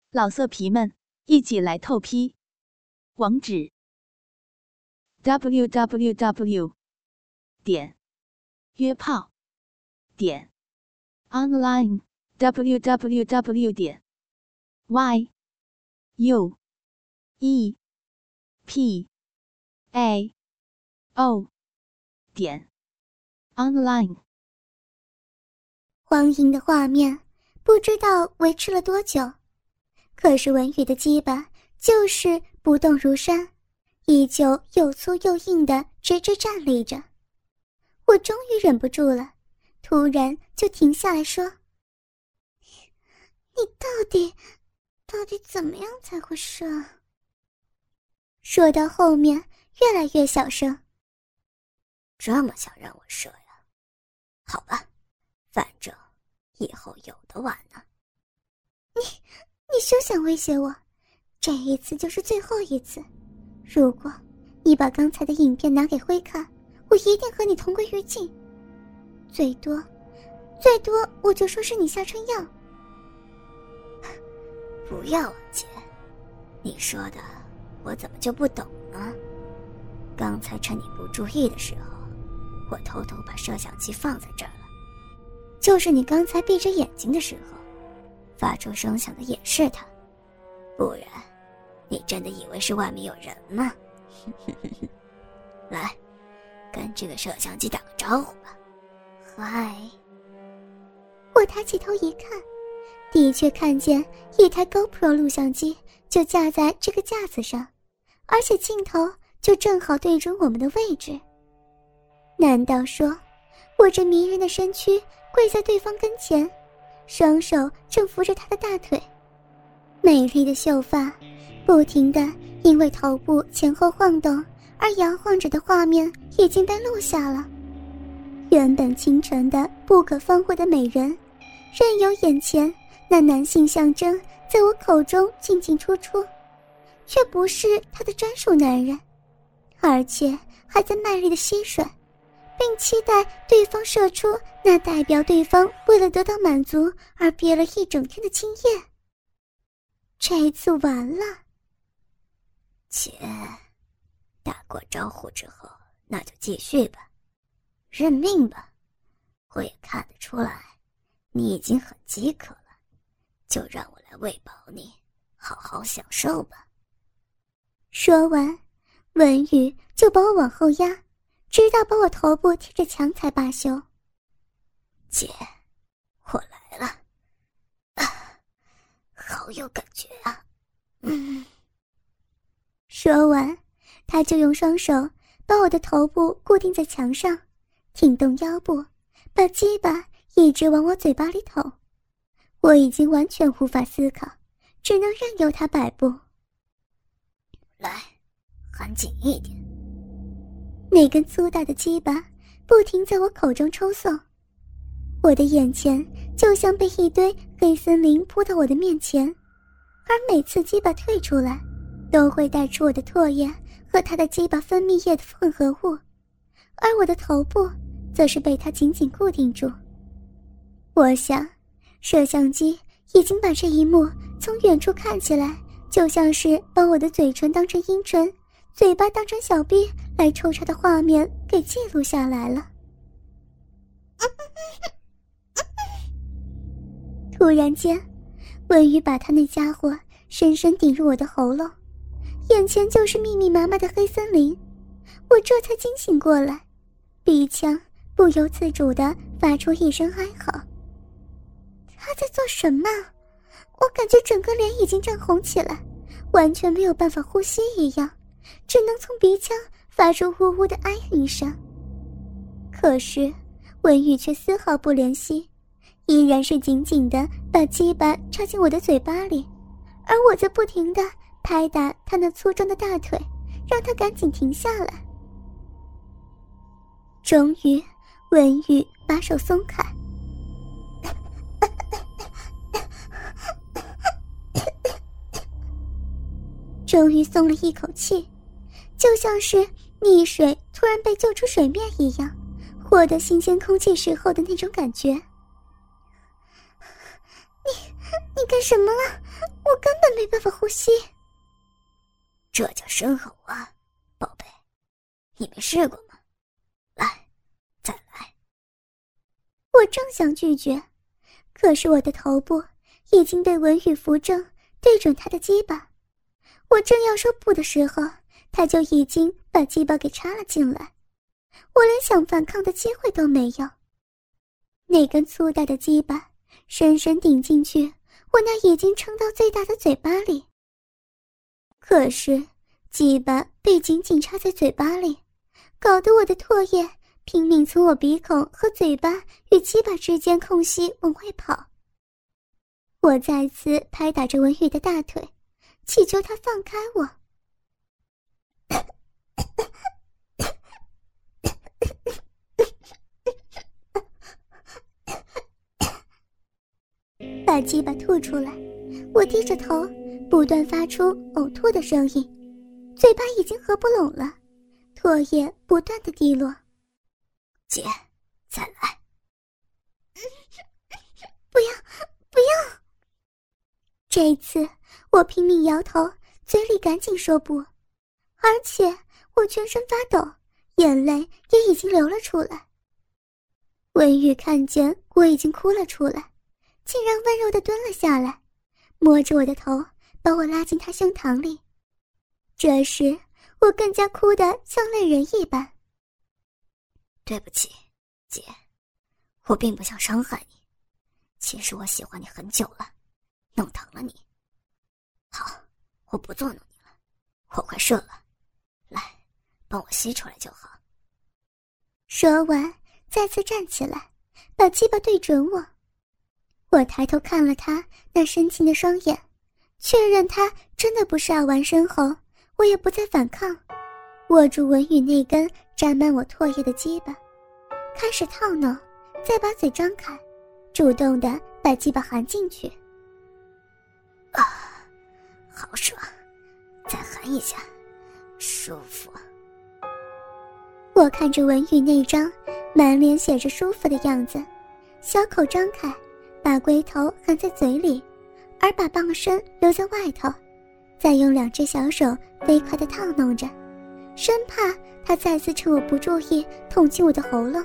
老色皮们，一起来透批！网址 www.约炮online www.yuepao.online。 荒淫的画面不知道维持了多久，可是文宇的鸡巴就是不动如山，依旧又粗又硬地直直站立着。我终于忍不住了，突然就停下来说：“你到底怎么样才会射？”说到后面越来越小声：“ 这么想让我射呀？好吧，反正以后有的玩呢。” 你休想威胁我，这一次就是最后一次。如果你把刚才的影片拿给辉看，我一定和你同归于尽。最多我就说是你下春药。 不要啊，姐，你说的我怎么就不懂呢？刚才趁你不注意的时候，我偷偷把摄像机放在这儿了，就是你刚才闭着眼睛的时候发出声响的掩饰它，不然你真的以为是外面有人吗？来，跟这个摄像机打个招呼吧。嗨。 我抬起头一看，的确看见一台 GoPro 录像机就架在这个架子上，而且镜头就正好对准我们的位置。难道说我这迷人的身躯跪在对方跟前，双手正扶着他的大腿，美丽的秀发不停地因为头部前后晃动而摇晃着的画面已经被录下了。原本倾城的不可方物的美人，任由眼前那男性象征在我口中进进出出，却不是他的专属男人，而且还在卖力的吸吮，并期待对方射出那代表对方为了得到满足而憋了一整天的精液。这一次完了。 姐，打过招呼之后，那就继续吧，认命吧。我也看得出来，你已经很饥渴了，就让我来喂饱你，好好享受吧。 说完，文宇就把我往后压，直到把我头部贴着墙才罢休。 姐，我来了，啊，好有感觉啊。 说完，他就用双手把我的头部固定在墙上，挺动腰部，把鸡巴一直往我嘴巴里捅。我已经完全无法思考，只能任由他摆布。 来，含紧一点。 那根粗大的鸡巴不停在我口中抽送，我的眼前就像被一堆黑森林扑到我的面前，而每次鸡巴退出来都会带出我的唾液和他的鸡巴分泌液的混合物，而我的头部则是被他紧紧固定住。我想摄像机已经把这一幕从远处看起来就像是把我的嘴唇当成阴唇，嘴巴当成小逼来抽插的画面给记录下来了。突然间，文宇把他那家伙深深顶入我的喉咙，眼前就是密密麻麻的黑森林，我这才惊醒过来，鼻腔不由自主地发出一声哀嚎。他在做什么？我感觉整个脸已经涨红起来，完全没有办法呼吸一样，只能从鼻腔发出呜呜的哀鸣声。可是文宇却丝毫不怜惜，依然是紧紧地把鸡巴插进我的嘴巴里，而我则不停地拍打他那粗壮的大腿，让他赶紧停下来。终于，文宇把手松开，终于松了一口气，就像是溺水突然被救出水面一样，获得新鲜空气时候的那种感觉。你干什么了？我根本办法呼吸。 这叫深喉啊，宝贝，你没试过吗？来，再来。 我正想拒绝，可是我的头部已经被文宇扶正，对准他的鸡巴。我正要说不的时候，他就已经把鸡巴给插了进来，我连想反抗的机会都没有。那根粗大的鸡巴深深顶进去我那已经撑到最大的嘴巴里。可是鸡巴被紧紧插在嘴巴里，搞得我的唾液拼命从我鼻孔和嘴巴与鸡巴之间空隙往外跑。我再次拍打着文宇的大腿，祈求他放开我。把鸡巴吐出来，我低着头，不断发出呕吐的声音，嘴巴已经合不拢了，唾液不断的滴落。 姐，再来。 不要，不要。这一次我拼命摇头，嘴里赶紧说不，而且我全身发抖，眼泪也已经流了出来。文宇看见我已经哭了出来，竟然温柔地蹲了下来，摸着我的头，把我拉进他胸膛里。这时我更加哭得像泪人一般。 对不起，姐，我并不想伤害你，其实我喜欢你很久了，弄疼了你。好，我不作弄你了，我快射了，来，帮我吸出来就好。 说完再次站起来，把鸡巴对准我。我抬头看了他那深情的双眼，确认他真的不是要玩深喉，我也不再反抗，握住文宇那根沾满我唾液的鸡巴，开始套弄，再把嘴张开，主动地把鸡巴含进去。 啊，好爽，再含一下，舒服。 我看着文宇那张满脸写着舒服的样子，小口张开，把龟头含在嘴里，而把棒身留在外头，再用2只小手飞快地套弄着，生怕他再次趁我不注意捅进我的喉咙。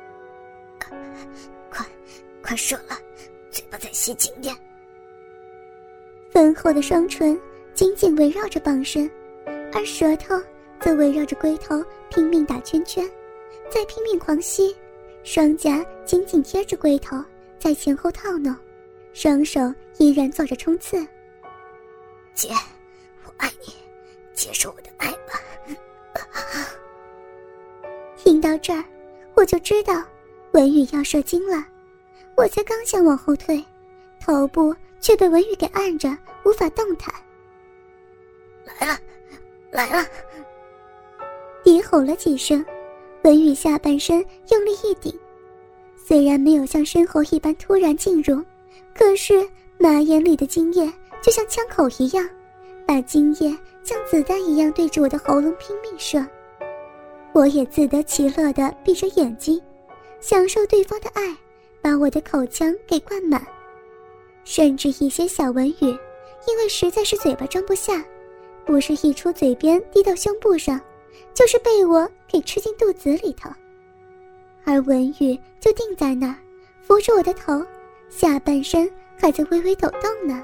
快射了，嘴巴再吸紧点。 丰厚的双唇紧紧围绕着棒身，而舌头则围绕着龟头拼命打圈圈，再拼命狂吸，双颊紧紧贴着龟头，在前后套弄，双手依然做着冲刺。 姐，我爱你，接受我的爱吧。 听到这儿，我就知道文宇要射精了。我才刚想往后退，头部却被文宇给按着，无法动弹。 来了，来了！ 低吼了几声，文宇下半身用力一顶，虽然没有像深喉一般突然进入，可是马眼里的精液就像枪口一样，把精液像子弹一样对着我的喉咙拼命射。我也自得其乐地闭着眼睛，享受对方的爱把我的口腔给灌满。甚至一些小文语因为实在是嘴巴装不下，不是一出嘴边滴到胸部上，就是被我给吃进肚子里头。而文宇就定在那儿，扶着我的头，下半身还在微微抖动呢。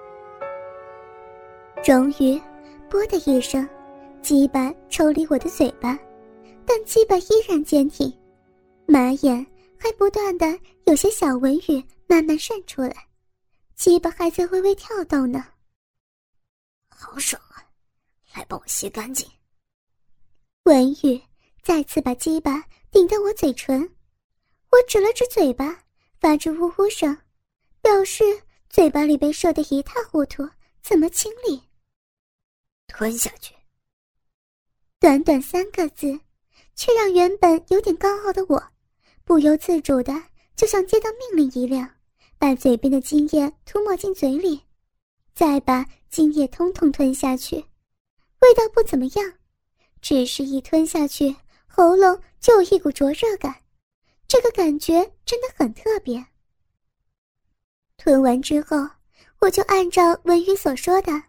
终于啵的一声，鸡巴抽离我的嘴巴，但鸡巴依然坚挺，马眼还不断的有些小文语慢慢渗出来，鸡巴还在微微跳动呢。 好爽啊，来帮我吸干净。 文宇再次把鸡巴顶到我嘴唇，我指了指嘴巴，发出呜呜声，表示嘴巴里被射得一塌糊涂，怎么清理。 吞下去。 短短3个字，却让原本有点高傲的我不由自主的就像接到命令一样，把嘴边的精液涂抹进嘴里，再把精液通通吞下去。味道不怎么样，只是一吞下去，喉咙就有一股灼热感，这个感觉真的很特别。吞完之后，我就按照文宇所说的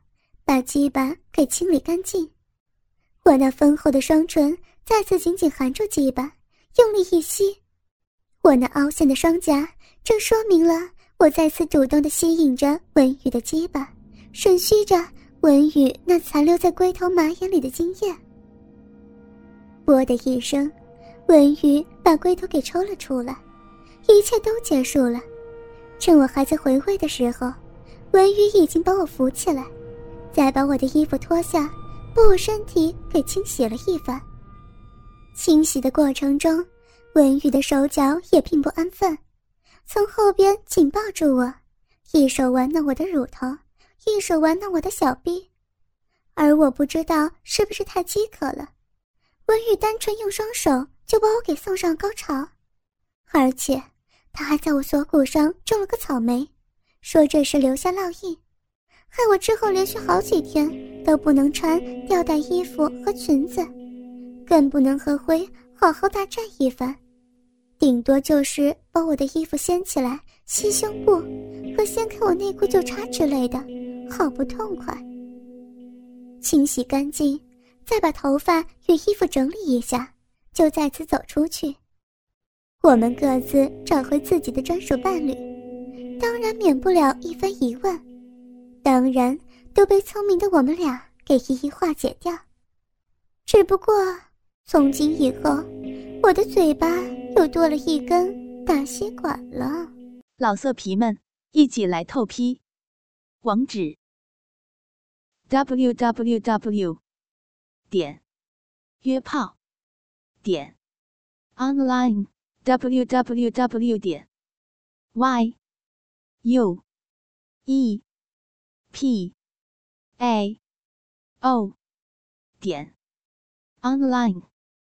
把鸡巴给清理干净。我那丰厚的双唇再次紧紧含住鸡巴，用力一吸。我那凹陷的双颊正说明了我再次主动地吸引着文宇的鸡巴，吮吸着文宇那残留在龟头马眼里的精液。啵的一声，文宇把龟头给抽了出来，一切都结束了。趁我还在回味的时候，文宇已经把我扶起来，再把我的衣服脱下，把我身体给清洗了一番。清洗的过程中，文宇的手脚也并不安分，从后边紧抱住我，一手玩弄我的乳头，一手玩弄我的小臂。而我不知道是不是太饥渴了，文宇单纯用双手就把我给送上高潮，而且他还在我锁骨上种了个草莓，说这是留下烙印，害我之后连续好几天都不能穿吊带衣服和裙子，更不能和辉好好大战一番，顶多就是把我的衣服掀起来吸胸部和掀开我内裤就插之类的，好不痛快。清洗干净，再把头发与衣服整理一下，就再次走出去。我们各自找回自己的专属伴侣，当然免不了一番疑问，当然都被聪明的我们俩给一一化解掉。只不过从今以后，我的嘴巴又多了一根大吸管了。 老色皮们，一起来透批！网址 www.约炮online www.yuepao.online